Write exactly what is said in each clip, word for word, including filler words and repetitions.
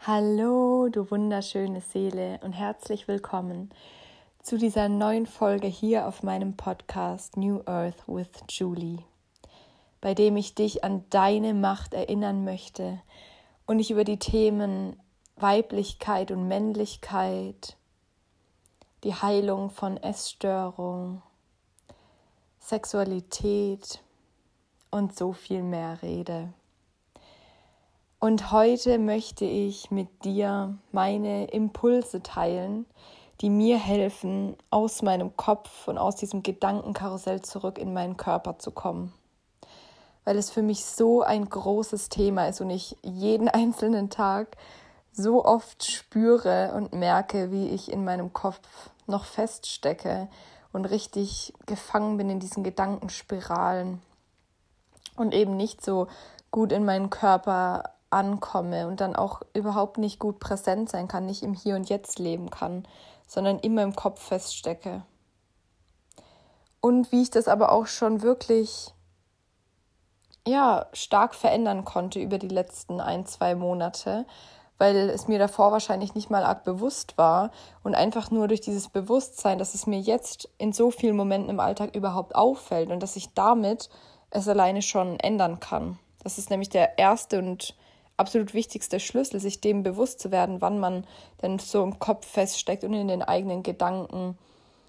Hallo, du wunderschöne Seele und herzlich willkommen zu dieser neuen Folge hier auf meinem Podcast New Earth with Julie, bei dem ich dich an deine Macht erinnern möchte und ich über die Themen Weiblichkeit und Männlichkeit, die Heilung von Essstörung, Sexualität und so viel mehr rede. Und heute möchte ich mit dir meine Impulse teilen, die mir helfen, aus meinem Kopf und aus diesem Gedankenkarussell zurück in meinen Körper zu kommen. Weil es für mich so ein großes Thema ist und ich jeden einzelnen Tag so oft spüre und merke, wie ich in meinem Kopf noch feststecke und richtig gefangen bin in diesen Gedankenspiralen und eben nicht so gut in meinen Körper ankomme und dann auch überhaupt nicht gut präsent sein kann, nicht im Hier und Jetzt leben kann, sondern immer im Kopf feststecke. Und wie ich das aber auch schon wirklich ja, stark verändern konnte über die letzten ein, zwei Monate, weil es mir davor wahrscheinlich nicht mal arg bewusst war und einfach nur durch dieses Bewusstsein, dass es mir jetzt in so vielen Momenten im Alltag überhaupt auffällt und dass ich damit es alleine schon ändern kann. Das ist nämlich der erste und absolut wichtigste Schlüssel, sich dem bewusst zu werden, wann man denn so im Kopf feststeckt und in den eigenen Gedanken,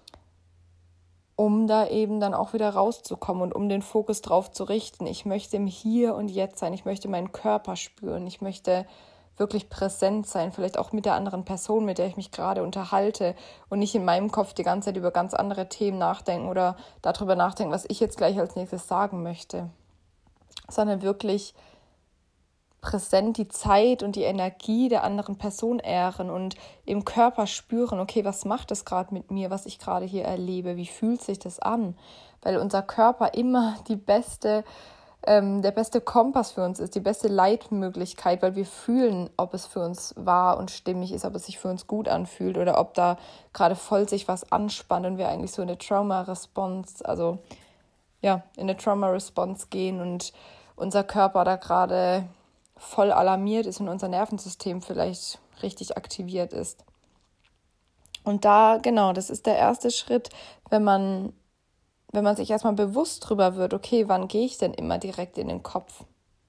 um da eben dann auch wieder rauszukommen und um den Fokus drauf zu richten. Ich möchte im Hier und Jetzt sein, ich möchte meinen Körper spüren, ich möchte wirklich präsent sein, vielleicht auch mit der anderen Person, mit der ich mich gerade unterhalte und nicht in meinem Kopf die ganze Zeit über ganz andere Themen nachdenken oder darüber nachdenken, was ich jetzt gleich als nächstes sagen möchte, sondern wirklich präsent die Zeit und die Energie der anderen Person ehren und im Körper spüren, okay, was macht das gerade mit mir, was ich gerade hier erlebe, wie fühlt sich das an? Weil unser Körper immer die beste, ähm, der beste Kompass für uns ist, die beste Leitmöglichkeit, weil wir fühlen, ob es für uns wahr und stimmig ist, ob es sich für uns gut anfühlt oder ob da gerade voll sich was anspannt und wir eigentlich so in eine Trauma-Response, also ja, in eine Trauma-Response gehen und unser Körper da gerade voll alarmiert ist und unser Nervensystem vielleicht richtig aktiviert ist. Und da, genau, das ist der erste Schritt, wenn man, wenn man sich erstmal bewusst drüber wird, okay, wann gehe ich denn immer direkt in den Kopf?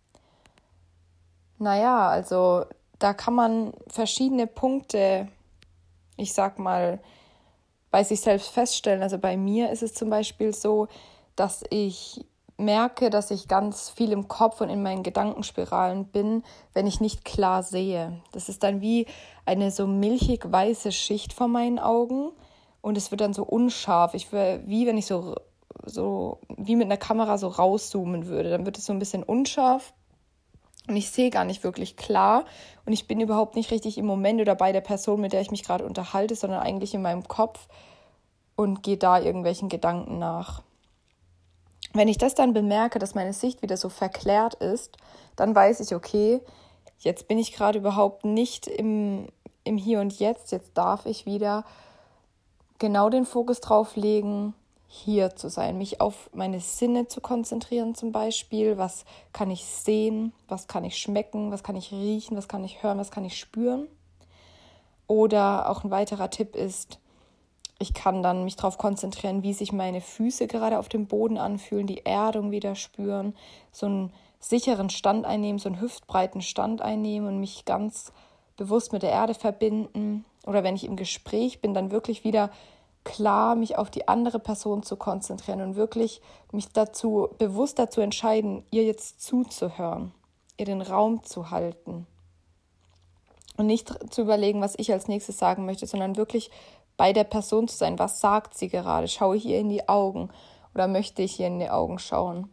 Naja, also da kann man verschiedene Punkte, ich sag mal, bei sich selbst feststellen. Also bei mir ist es zum Beispiel so, dass ich merke, dass ich ganz viel im Kopf und in meinen Gedankenspiralen bin, wenn ich nicht klar sehe. Das ist dann wie eine so milchig weiße Schicht vor meinen Augen und es wird dann so unscharf. Ich will, wie wenn ich so, so wie mit einer Kamera so rauszoomen würde. Dann wird es so ein bisschen unscharf und ich sehe gar nicht wirklich klar und ich bin überhaupt nicht richtig im Moment oder bei der Person, mit der ich mich gerade unterhalte, sondern eigentlich in meinem Kopf und gehe da irgendwelchen Gedanken nach. Wenn ich das dann bemerke, dass meine Sicht wieder so verklärt ist, dann weiß ich, okay, jetzt bin ich gerade überhaupt nicht im, im Hier und Jetzt. Jetzt darf ich wieder genau den Fokus drauf legen, hier zu sein, mich auf meine Sinne zu konzentrieren zum Beispiel. Was kann ich sehen, was kann ich schmecken, was kann ich riechen, was kann ich hören, was kann ich spüren. Oder auch ein weiterer Tipp ist, ich kann dann mich darauf konzentrieren, wie sich meine Füße gerade auf dem Boden anfühlen, die Erdung wieder spüren, so einen sicheren Stand einnehmen, so einen hüftbreiten Stand einnehmen und mich ganz bewusst mit der Erde verbinden. Oder wenn ich im Gespräch bin, dann wirklich wieder klar mich auf die andere Person zu konzentrieren und wirklich mich dazu bewusst dazu entscheiden, ihr jetzt zuzuhören, ihr den Raum zu halten. Und nicht zu überlegen, was ich als nächstes sagen möchte, sondern wirklich bei der Person zu sein. Was sagt sie gerade? Schaue ich ihr in die Augen oder möchte ich ihr in die Augen schauen?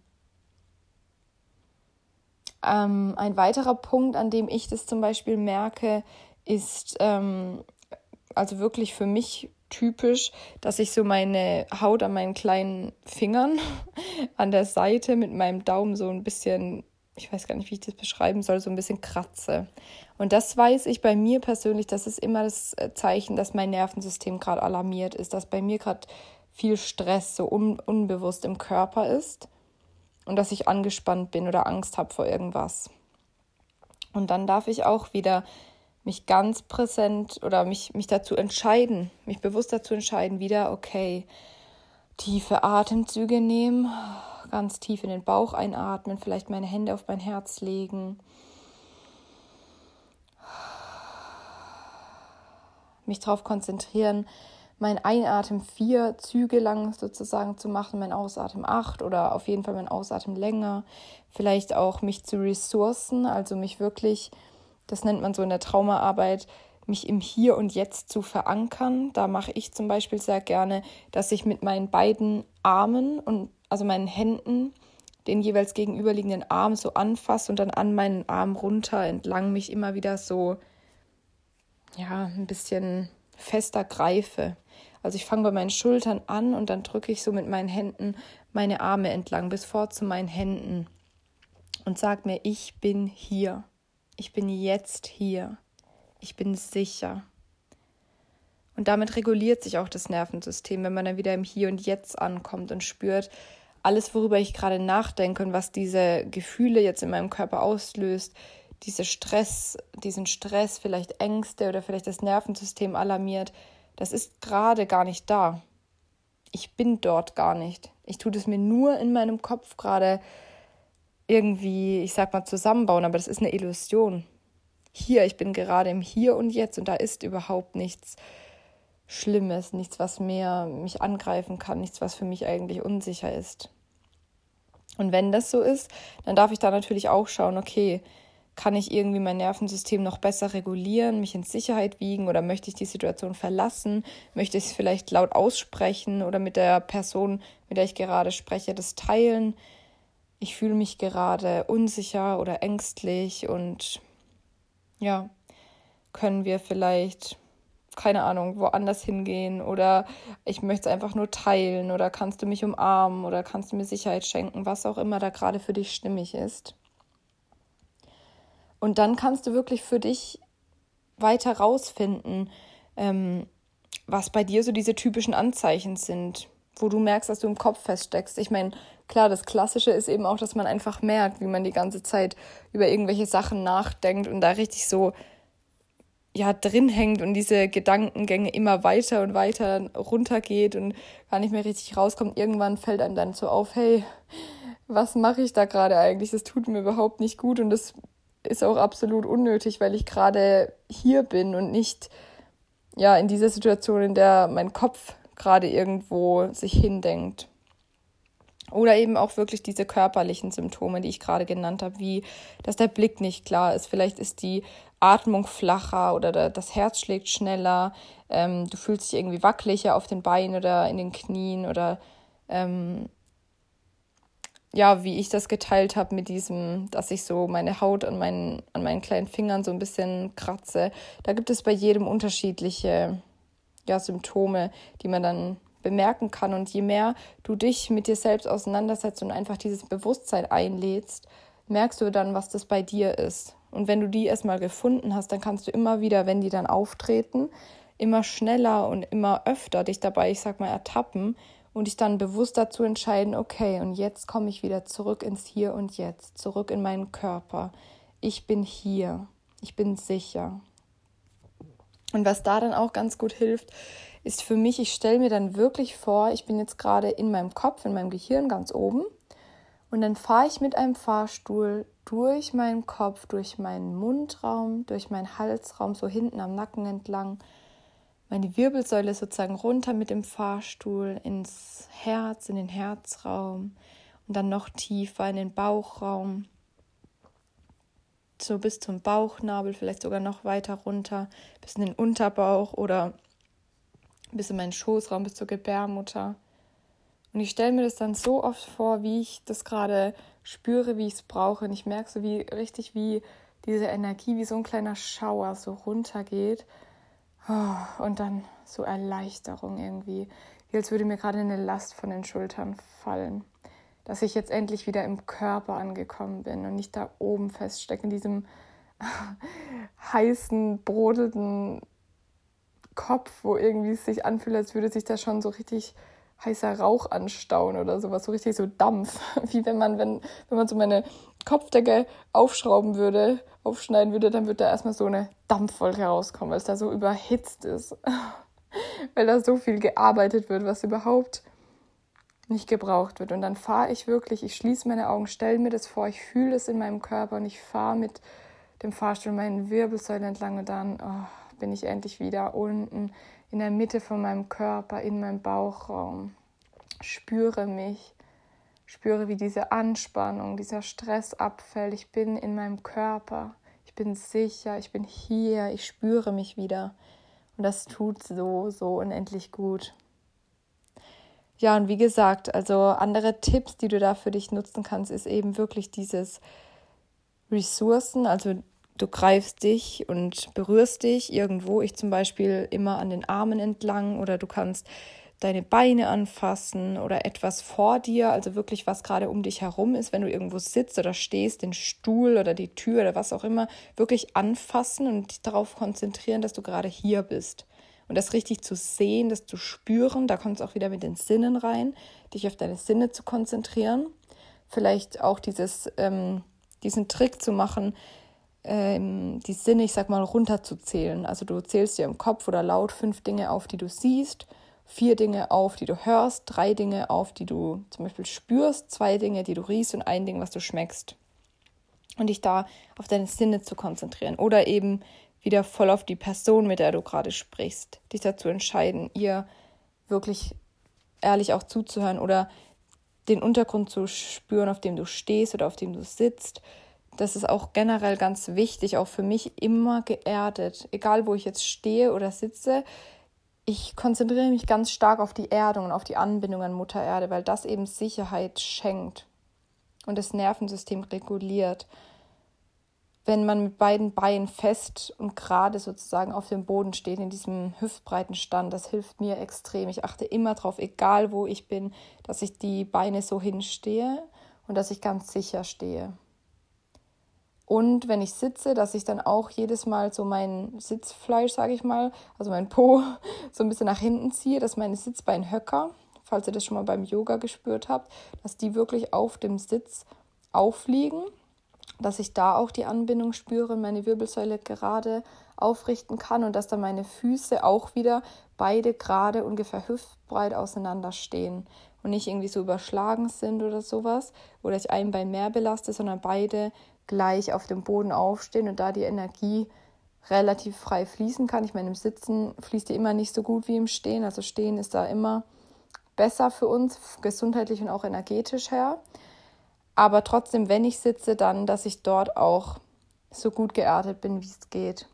Ähm, ein weiterer Punkt, an dem ich das zum Beispiel merke, ist ähm, also wirklich für mich typisch, dass ich so meine Haut an meinen kleinen Fingern an der Seite mit meinem Daumen so ein bisschen, ich weiß gar nicht, wie ich das beschreiben soll, so ein bisschen kratze. Und das weiß ich bei mir persönlich, das ist immer das Zeichen, dass mein Nervensystem gerade alarmiert ist, dass bei mir gerade viel Stress so un- unbewusst im Körper ist und dass ich angespannt bin oder Angst habe vor irgendwas. Und dann darf ich auch wieder mich ganz präsent oder mich, mich dazu entscheiden, mich bewusst dazu entscheiden, wieder, okay, tiefe Atemzüge nehmen, ganz tief in den Bauch einatmen, vielleicht meine Hände auf mein Herz legen, mich darauf konzentrieren, mein Einatmen vier Züge lang sozusagen zu machen, mein Ausatmen acht oder auf jeden Fall mein Ausatmen länger. Vielleicht auch mich zu ressourcen, also mich wirklich, das nennt man so in der Traumaarbeit, mich im Hier und Jetzt zu verankern. Da mache ich zum Beispiel sehr gerne, dass ich mit meinen beiden Armen und also meinen Händen den jeweils gegenüberliegenden Arm so anfasse und dann an meinen Arm runter entlang mich immer wieder so ja ein bisschen fester greife. Also ich fange bei meinen Schultern an und dann drücke ich so mit meinen Händen meine Arme entlang bis vor zu meinen Händen und sage mir, ich bin hier, ich bin jetzt hier, ich bin sicher. Und damit reguliert sich auch das Nervensystem, wenn man dann wieder im Hier und Jetzt ankommt und spürt, alles, worüber ich gerade nachdenke und was diese Gefühle jetzt in meinem Körper auslöst, diese Stress, diesen Stress, vielleicht Ängste oder vielleicht das Nervensystem alarmiert, das ist gerade gar nicht da. Ich bin dort gar nicht. Ich tue das mir nur in meinem Kopf gerade irgendwie, ich sag mal, zusammenbauen, aber das ist eine Illusion. Hier, ich bin gerade im Hier und Jetzt und da ist überhaupt nichts Schlimmes, nichts, was mehr mich angreifen kann, nichts, was für mich eigentlich unsicher ist. Und wenn das so ist, dann darf ich da natürlich auch schauen, okay, kann ich irgendwie mein Nervensystem noch besser regulieren, mich in Sicherheit wiegen oder möchte ich die Situation verlassen? Möchte ich es vielleicht laut aussprechen oder mit der Person, mit der ich gerade spreche, das teilen? Ich fühle mich gerade unsicher oder ängstlich und ja, können wir vielleicht, keine Ahnung, woanders hingehen oder ich möchte es einfach nur teilen oder kannst du mich umarmen oder kannst du mir Sicherheit schenken, was auch immer da gerade für dich stimmig ist. Und dann kannst du wirklich für dich weiter rausfinden, ähm, was bei dir so diese typischen Anzeichen sind, wo du merkst, dass du im Kopf feststeckst. Ich meine, klar, das Klassische ist eben auch, dass man einfach merkt, wie man die ganze Zeit über irgendwelche Sachen nachdenkt und da richtig so ja drin hängt und diese Gedankengänge immer weiter und weiter runtergeht und gar nicht mehr richtig rauskommt. Irgendwann fällt einem dann so auf, hey, was mache ich da gerade eigentlich? Das tut mir überhaupt nicht gut und das ist auch absolut unnötig, weil ich gerade hier bin und nicht ja in dieser Situation, in der mein Kopf gerade irgendwo sich hindenkt. Oder eben auch wirklich diese körperlichen Symptome, die ich gerade genannt habe, wie dass der Blick nicht klar ist. Vielleicht ist die Atmung flacher oder das Herz schlägt schneller. Ähm, du fühlst dich irgendwie wackeliger auf den Beinen oder in den Knien oder ähm, ja, wie ich das geteilt habe mit diesem, dass ich so meine Haut an meinen, an meinen kleinen Fingern so ein bisschen kratze. Da gibt es bei jedem unterschiedliche ja, Symptome, die man dann bemerken kann. Und je mehr du dich mit dir selbst auseinandersetzt und einfach dieses Bewusstsein einlädst, merkst du dann, was das bei dir ist. Und wenn du die erstmal gefunden hast, dann kannst du immer wieder, wenn die dann auftreten, immer schneller und immer öfter dich dabei, ich sag mal, ertappen und dich dann bewusst dazu entscheiden, okay, und jetzt komme ich wieder zurück ins Hier und Jetzt, zurück in meinen Körper. Ich bin hier, ich bin sicher. Und was da dann auch ganz gut hilft, ist für mich, ich stelle mir dann wirklich vor, ich bin jetzt gerade in meinem Kopf, in meinem Gehirn ganz oben und dann fahre ich mit einem Fahrstuhl durch meinen Kopf, durch meinen Mundraum, durch meinen Halsraum, so hinten am Nacken entlang, meine Wirbelsäule sozusagen runter mit dem Fahrstuhl ins Herz, in den Herzraum und dann noch tiefer in den Bauchraum, so bis zum Bauchnabel, vielleicht sogar noch weiter runter, bis in den Unterbauch oder bis in meinen Schoßraum, bis zur Gebärmutter. Und ich stelle mir das dann so oft vor, wie ich das gerade spüre, wie ich es brauche. Und ich merke so wie richtig, wie diese Energie, wie so ein kleiner Schauer so runtergeht. Und dann so Erleichterung irgendwie, wie als würde mir gerade eine Last von den Schultern fallen. Dass ich jetzt endlich wieder im Körper angekommen bin und nicht da oben feststecke in diesem heißen, brodelnden Kopf, wo irgendwie es sich anfühlt, als würde sich da schon so richtig heißer Rauch anstauen oder sowas, so richtig so Dampf. Wie wenn man, wenn, wenn man so meine Kopfdecke aufschrauben würde, aufschneiden würde, dann würde da erstmal so eine Dampfwolke rauskommen, weil es da so überhitzt ist. Weil da so viel gearbeitet wird, was überhaupt nicht gebraucht wird. Und dann fahre ich wirklich, ich schließe meine Augen, stelle mir das vor, ich fühle es in meinem Körper und ich fahre mit dem Fahrstuhl meinen Wirbelsäulen entlang und dann oh, bin ich endlich wieder unten in der Mitte von meinem Körper, in meinem Bauchraum. Spüre mich, spüre, wie diese Anspannung, dieser Stress abfällt. Ich bin in meinem Körper, ich bin sicher, ich bin hier, ich spüre mich wieder. Und das tut so, so unendlich gut. Ja, und wie gesagt, also andere Tipps, die du da für dich nutzen kannst, ist eben wirklich dieses Ressourcen, also du greifst dich und berührst dich irgendwo, ich zum Beispiel immer an den Armen entlang oder du kannst deine Beine anfassen oder etwas vor dir, also wirklich was gerade um dich herum ist, wenn du irgendwo sitzt oder stehst, den Stuhl oder die Tür oder was auch immer, wirklich anfassen und dich darauf konzentrieren, dass du gerade hier bist. Und das richtig zu sehen, das zu spüren, da kommt es auch wieder mit den Sinnen rein, dich auf deine Sinne zu konzentrieren. Vielleicht auch dieses, ähm, diesen Trick zu machen, ähm, die Sinne, ich sag mal, runterzuzählen. Also du zählst dir im Kopf oder laut fünf Dinge auf, die du siehst, vier Dinge auf, die du hörst, drei Dinge auf, die du zum Beispiel spürst, zwei Dinge, die du riechst und ein Ding, was du schmeckst. Und dich da auf deine Sinne zu konzentrieren. Oder eben wieder voll auf die Person, mit der du gerade sprichst, dich dazu entscheiden, ihr wirklich ehrlich auch zuzuhören oder den Untergrund zu spüren, auf dem du stehst oder auf dem du sitzt. Das ist auch generell ganz wichtig, auch für mich immer geerdet. Egal, wo ich jetzt stehe oder sitze, ich konzentriere mich ganz stark auf die Erdung und auf die Anbindung an Mutter Erde, weil das eben Sicherheit schenkt und das Nervensystem reguliert. Wenn man mit beiden Beinen fest und gerade sozusagen auf dem Boden steht, in diesem hüftbreiten Stand, das hilft mir extrem. Ich achte immer drauf, egal wo ich bin, dass ich die Beine so hinstehe und dass ich ganz sicher stehe. Und wenn ich sitze, dass ich dann auch jedes Mal so mein Sitzfleisch, sage ich mal, also mein Po, so ein bisschen nach hinten ziehe, dass meine Sitzbeinhöcker, falls ihr das schon mal beim Yoga gespürt habt, dass die wirklich auf dem Sitz aufliegen, dass ich da auch die Anbindung spüre und meine Wirbelsäule gerade aufrichten kann und dass dann meine Füße auch wieder beide gerade ungefähr hüftbreit auseinander stehen und nicht irgendwie so überschlagen sind oder sowas, oder ich ein Bein mehr belaste, sondern beide gleich auf dem Boden aufstehen und da die Energie relativ frei fließen kann. Ich meine, im Sitzen fließt die immer nicht so gut wie im Stehen, also Stehen ist da immer besser für uns, gesundheitlich und auch energetisch her. Aber trotzdem, wenn ich sitze, dann, dass ich dort auch so gut geerdet bin, wie es geht.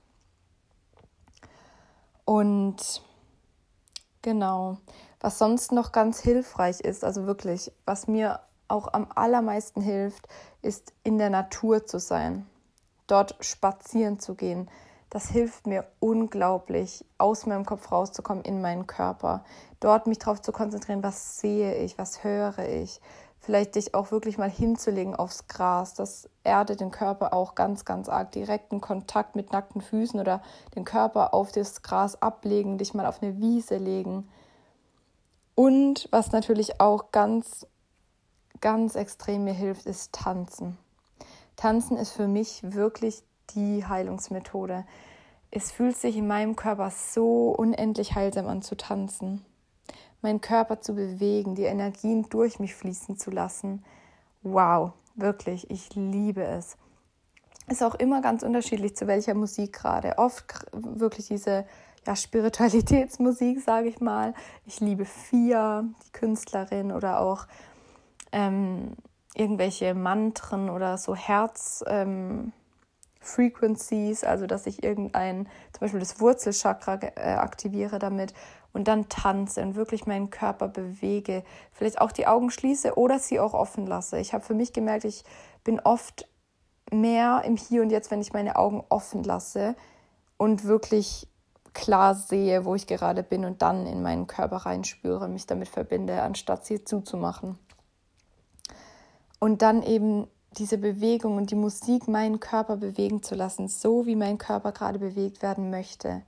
Und genau, was sonst noch ganz hilfreich ist, also wirklich, was mir auch am allermeisten hilft, ist in der Natur zu sein, dort spazieren zu gehen. Das hilft mir unglaublich, aus meinem Kopf rauszukommen in meinen Körper, dort mich darauf zu konzentrieren, was sehe ich, was höre ich. Vielleicht dich auch wirklich mal hinzulegen aufs Gras. Das erdet den Körper auch ganz, ganz arg. Direkten Kontakt mit nackten Füßen oder den Körper auf das Gras ablegen, dich mal auf eine Wiese legen. Und was natürlich auch ganz, ganz extrem mir hilft, ist Tanzen. Tanzen ist für mich wirklich die Heilungsmethode. Es fühlt sich in meinem Körper so unendlich heilsam an zu tanzen. Meinen Körper zu bewegen, die Energien durch mich fließen zu lassen. Wow, wirklich, ich liebe es. Ist auch immer ganz unterschiedlich, zu welcher Musik gerade. Oft wirklich diese ja, Spiritualitätsmusik, sage ich mal. Ich liebe Fia, die Künstlerin, oder auch ähm, irgendwelche Mantren oder so Herz ähm, Frequencies, also dass ich irgendein, zum Beispiel das Wurzelchakra äh, aktiviere damit und dann tanze und wirklich meinen Körper bewege, vielleicht auch die Augen schließe oder sie auch offen lasse. Ich habe für mich gemerkt, ich bin oft mehr im Hier und Jetzt, wenn ich meine Augen offen lasse und wirklich klar sehe, wo ich gerade bin und dann in meinen Körper reinspüre und mich damit verbinde, anstatt sie zuzumachen. Und dann eben diese Bewegung und die Musik meinen Körper bewegen zu lassen, so wie mein Körper gerade bewegt werden möchte.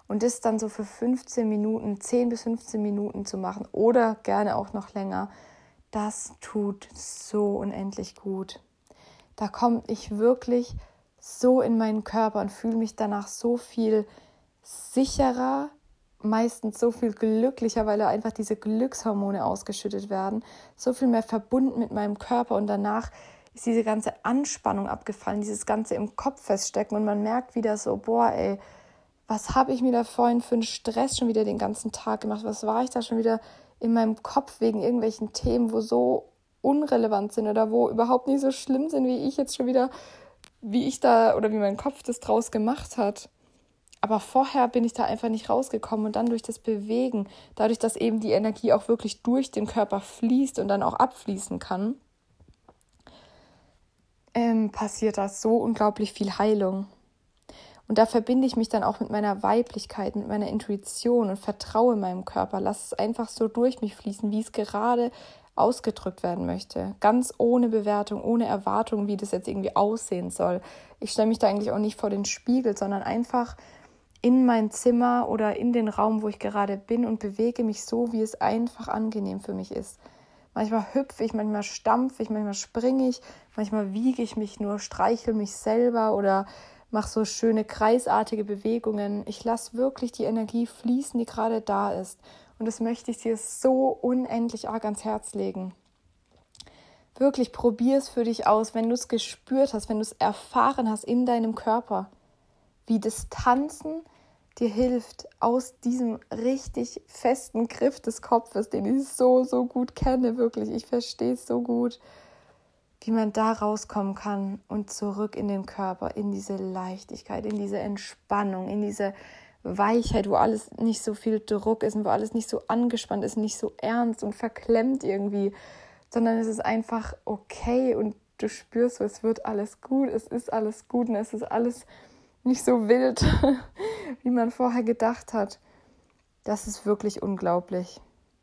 Und das dann so für fünfzehn Minuten, zehn bis fünfzehn Minuten zu machen oder gerne auch noch länger, das tut so unendlich gut. Da komme ich wirklich so in meinen Körper und fühle mich danach so viel sicherer, meistens so viel glücklicher, weil da einfach diese Glückshormone ausgeschüttet werden, so viel mehr verbunden mit meinem Körper und danach ist diese ganze Anspannung abgefallen, dieses ganze im Kopf feststecken und man merkt wieder so, boah ey, was habe ich mir da vorhin für einen Stress schon wieder den ganzen Tag gemacht, was war ich da schon wieder in meinem Kopf wegen irgendwelchen Themen, wo so unrelevant sind oder wo überhaupt nicht so schlimm sind, wie ich jetzt schon wieder, wie ich da oder wie mein Kopf das draus gemacht hat. Aber vorher bin ich da einfach nicht rausgekommen und dann durch das Bewegen, dadurch, dass eben die Energie auch wirklich durch den Körper fließt und dann auch abfließen kann, ähm, passiert da so unglaublich viel Heilung. Und da verbinde ich mich dann auch mit meiner Weiblichkeit, mit meiner Intuition und vertraue meinem Körper. Lass es einfach so durch mich fließen, wie es gerade ausgedrückt werden möchte. Ganz ohne Bewertung, ohne Erwartung, wie das jetzt irgendwie aussehen soll. Ich stelle mich da eigentlich auch nicht vor den Spiegel, sondern einfach in mein Zimmer oder in den Raum, wo ich gerade bin und bewege mich so, wie es einfach angenehm für mich ist. Manchmal hüpfe ich, manchmal stampfe ich, manchmal springe ich, manchmal wiege ich mich nur, streichel mich selber oder mache so schöne kreisartige Bewegungen. Ich lasse wirklich die Energie fließen, die gerade da ist. Und das möchte ich dir so unendlich arg ans Herz legen. Wirklich, probier es für dich aus, wenn du es gespürt hast, wenn du es erfahren hast in deinem Körper, wie das Tanzen dir hilft, aus diesem richtig festen Griff des Kopfes, den ich so, so gut kenne, wirklich, ich verstehe es so gut, wie man da rauskommen kann und zurück in den Körper, in diese Leichtigkeit, in diese Entspannung, in diese Weichheit, wo alles nicht so viel Druck ist und wo alles nicht so angespannt ist, nicht so ernst und verklemmt irgendwie, sondern es ist einfach okay und du spürst so, es wird alles gut, es ist alles gut und es ist alles nicht so wild, wie man vorher gedacht hat. Das ist wirklich unglaublich.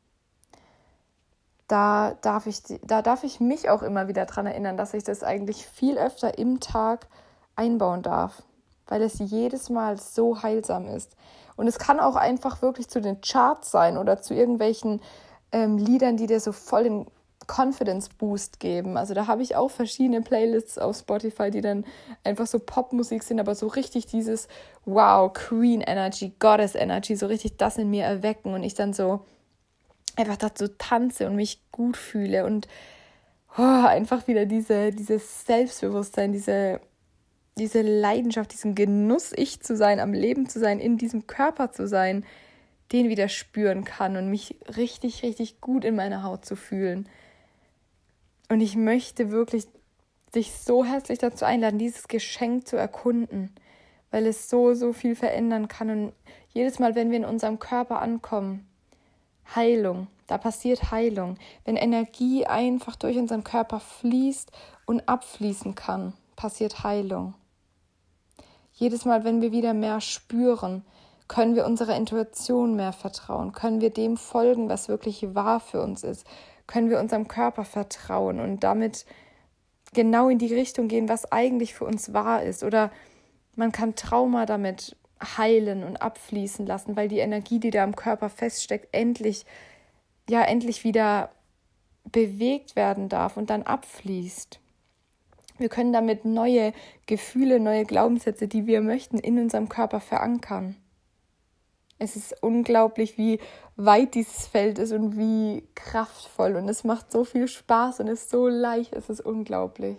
Da darf ich, da darf ich mich auch immer wieder daran erinnern, dass ich das eigentlich viel öfter im Tag einbauen darf, weil es jedes Mal so heilsam ist. Und es kann auch einfach wirklich zu den Charts sein oder zu irgendwelchen ähm, Liedern, die dir so voll den Confidence Boost geben. Also da habe ich auch verschiedene Playlists auf Spotify, die dann einfach so Popmusik sind, aber so richtig dieses Wow, Queen Energy, Goddess Energy, so richtig das in mir erwecken und ich dann so einfach dazu tanze und mich gut fühle und oh, einfach wieder diese, dieses Selbstbewusstsein, diese, diese Leidenschaft, diesen Genuss, ich zu sein, am Leben zu sein, in diesem Körper zu sein, den wieder spüren kann und mich richtig, richtig gut in meiner Haut zu fühlen. Und ich möchte wirklich dich so herzlich dazu einladen, dieses Geschenk zu erkunden, weil es so, so viel verändern kann. Und jedes Mal, wenn wir in unserem Körper ankommen, Heilung, da passiert Heilung. Wenn Energie einfach durch unseren Körper fließt und abfließen kann, passiert Heilung. Jedes Mal, wenn wir wieder mehr spüren, können wir unserer Intuition mehr vertrauen, können wir dem folgen, was wirklich wahr für uns ist, können wir unserem Körper vertrauen und damit genau in die Richtung gehen, was eigentlich für uns wahr ist. Oder man kann Trauma damit heilen und abfließen lassen, weil die Energie, die da im Körper feststeckt, endlich, ja, endlich wieder bewegt werden darf und dann abfließt. Wir können damit neue Gefühle, neue Glaubenssätze, die wir möchten, in unserem Körper verankern. Es ist unglaublich, wie weit dieses Feld ist und wie kraftvoll. Und es macht so viel Spaß und ist so leicht. Es ist unglaublich.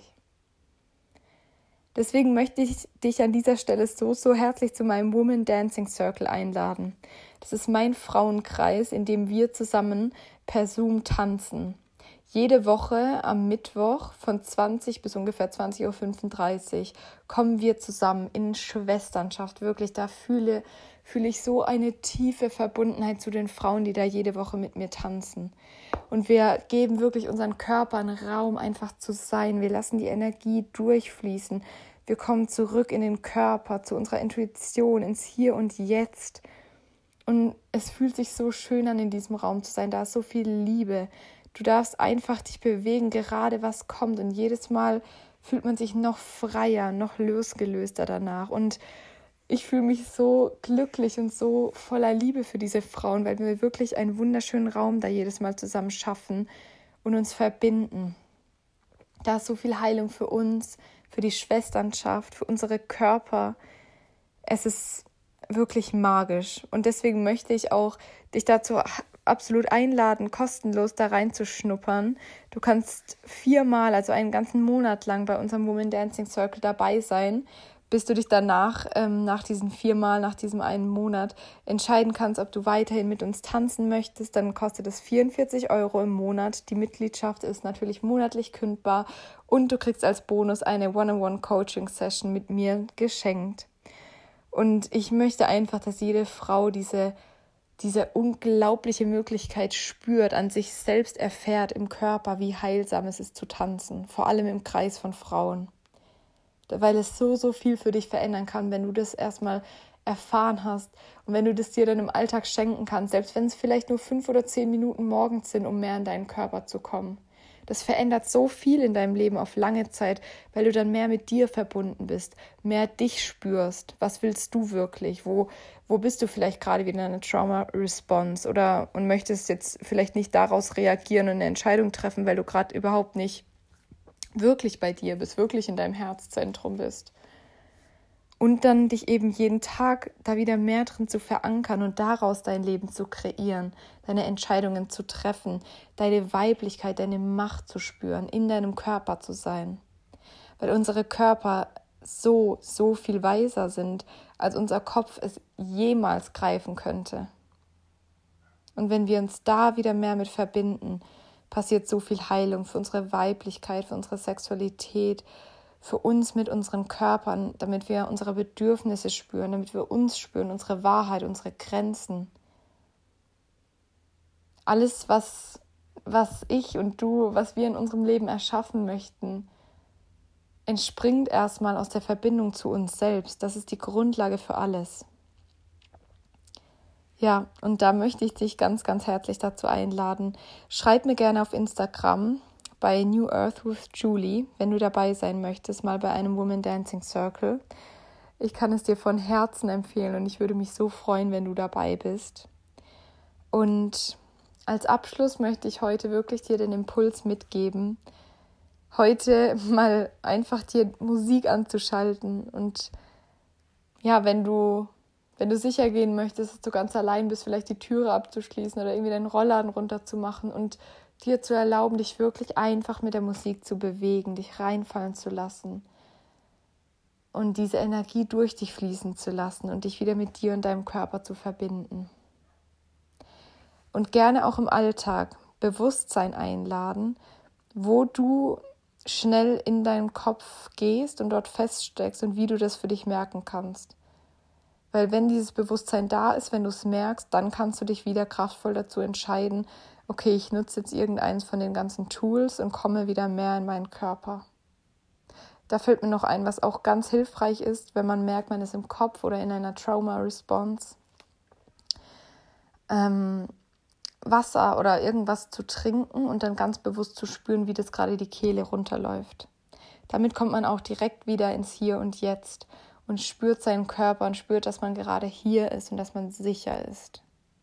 Deswegen möchte ich dich an dieser Stelle so, so herzlich zu meinem Woman Dancing Circle einladen. Das ist mein Frauenkreis, in dem wir zusammen per Zoom tanzen. Jede Woche am Mittwoch von zwanzig bis ungefähr zwanzig Uhr fünfunddreißig kommen wir zusammen in Schwesternschaft. Wirklich, da fühle, fühle ich so eine tiefe Verbundenheit zu den Frauen, die da jede Woche mit mir tanzen. Und wir geben wirklich unseren Körpern Raum, einfach zu sein. Wir lassen die Energie durchfließen. Wir kommen zurück in den Körper, zu unserer Intuition, ins Hier und Jetzt. Und es fühlt sich so schön an, in diesem Raum zu sein. Da ist so viel Liebe. Du darfst einfach dich bewegen, gerade was kommt. Und jedes Mal fühlt man sich noch freier, noch losgelöster danach. Und ich fühle mich so glücklich und so voller Liebe für diese Frauen, weil wir wirklich einen wunderschönen Raum da jedes Mal zusammen schaffen und uns verbinden. Da ist so viel Heilung für uns, für die Schwesternschaft, für unsere Körper. Es ist wirklich magisch. Und deswegen möchte ich auch dich dazu absolut einladen, kostenlos da reinzuschnuppern. Du kannst viermal, also einen ganzen Monat lang bei unserem Women Dancing Circle dabei sein, bis du dich danach, ähm, nach diesen viermal, nach diesem einen Monat, entscheiden kannst, ob du weiterhin mit uns tanzen möchtest. Dann kostet es vierundvierzig Euro im Monat. Die Mitgliedschaft ist natürlich monatlich kündbar und du kriegst als Bonus eine One-on-One-Coaching-Session mit mir geschenkt. Und ich möchte einfach, dass jede Frau diese, diese unglaubliche Möglichkeit spürt, an sich selbst erfährt im Körper, wie heilsam es ist zu tanzen, vor allem im Kreis von Frauen. Weil es so, so viel für dich verändern kann, wenn du das erstmal erfahren hast und wenn du das dir dann im Alltag schenken kannst, selbst wenn es vielleicht nur fünf oder zehn Minuten morgens sind, um mehr in deinen Körper zu kommen. Das verändert so viel in deinem Leben auf lange Zeit, weil du dann mehr mit dir verbunden bist, mehr dich spürst. Was willst du wirklich? Wo, wo bist du vielleicht gerade wieder in einer Trauma-Response oder und möchtest jetzt vielleicht nicht daraus reagieren und eine Entscheidung treffen, weil du gerade überhaupt nicht wirklich bei dir bist, wirklich in deinem Herzzentrum bist. Und dann dich eben jeden Tag da wieder mehr drin zu verankern und daraus dein Leben zu kreieren, deine Entscheidungen zu treffen, deine Weiblichkeit, deine Macht zu spüren, in deinem Körper zu sein. Weil unsere Körper so, so viel weiser sind, als unser Kopf es jemals greifen könnte. Und wenn wir uns da wieder mehr mit verbinden, passiert so viel Heilung für unsere Weiblichkeit, für unsere Sexualität, für uns mit unseren Körpern, damit wir unsere Bedürfnisse spüren, damit wir uns spüren, unsere Wahrheit, unsere Grenzen. Alles, was, was ich und du, was wir in unserem Leben erschaffen möchten, entspringt erstmal aus der Verbindung zu uns selbst. Das ist die Grundlage für alles. Ja, und da möchte ich dich ganz, ganz herzlich dazu einladen. Schreib mir gerne auf Instagram bei New Earth with Julie, wenn du dabei sein möchtest, mal bei einem Women Dancing Circle. Ich kann es dir von Herzen empfehlen und ich würde mich so freuen, wenn du dabei bist. Und als Abschluss möchte ich heute wirklich dir den Impuls mitgeben, heute mal einfach dir Musik anzuschalten und ja, wenn du Wenn du sicher gehen möchtest, dass du ganz allein bist, vielleicht die Türe abzuschließen oder irgendwie deinen Rollladen runterzumachen und dir zu erlauben, dich wirklich einfach mit der Musik zu bewegen, dich reinfallen zu lassen und diese Energie durch dich fließen zu lassen und dich wieder mit dir und deinem Körper zu verbinden. Und gerne auch im Alltag Bewusstsein einladen, wo du schnell in deinen Kopf gehst und dort feststeckst und wie du das für dich merken kannst. Weil wenn dieses Bewusstsein da ist, wenn du es merkst, dann kannst du dich wieder kraftvoll dazu entscheiden, okay, ich nutze jetzt irgendeins von den ganzen Tools und komme wieder mehr in meinen Körper. Da fällt mir noch ein, was auch ganz hilfreich ist, wenn man merkt, man ist im Kopf oder in einer Trauma-Response. Ähm, Wasser oder irgendwas zu trinken und dann ganz bewusst zu spüren, wie das gerade die Kehle runterläuft. Damit kommt man auch direkt wieder ins Hier und Jetzt und spürt seinen Körper und spürt, dass man gerade hier ist und dass man sicher ist.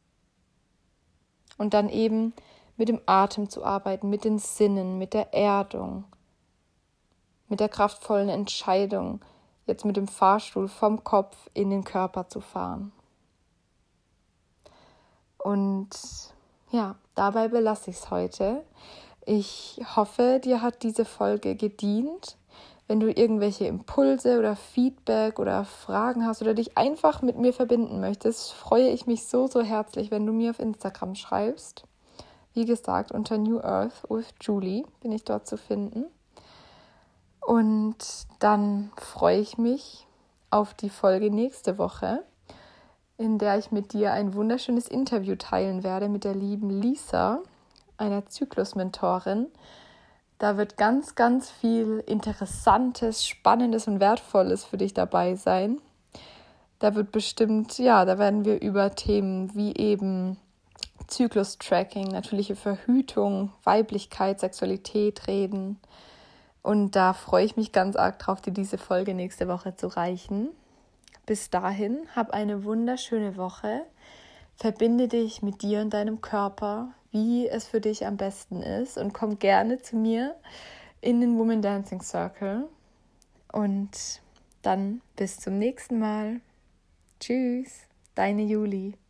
Und dann eben mit dem Atem zu arbeiten, mit den Sinnen, mit der Erdung, mit der kraftvollen Entscheidung, jetzt mit dem Fahrstuhl vom Kopf in den Körper zu fahren. Und ja, dabei belasse ich es heute. Ich hoffe, dir hat diese Folge gedient. Wenn du irgendwelche Impulse oder Feedback oder Fragen hast oder dich einfach mit mir verbinden möchtest, freue ich mich so, so herzlich, wenn du mir auf Instagram schreibst. Wie gesagt, unter New Earth with Julie bin ich dort zu finden. Und dann freue ich mich auf die Folge nächste Woche, in der ich mit dir ein wunderschönes Interview teilen werde mit der lieben Lisa, einer Zyklus-Mentorin. Da wird ganz, ganz viel Interessantes, Spannendes und Wertvolles für dich dabei sein. Da wird bestimmt, ja, da werden wir über Themen wie eben Zyklus-Tracking, natürliche Verhütung, Weiblichkeit, Sexualität reden. Und da freue ich mich ganz arg drauf, dir diese Folge nächste Woche zu reichen. bis dahin, hab eine wunderschöne Woche. Verbinde dich mit dir und deinem Körper, wie es für dich am besten ist, und komm gerne zu mir in den Woman Dancing Circle. Und dann bis zum nächsten Mal. Tschüss, deine Juli.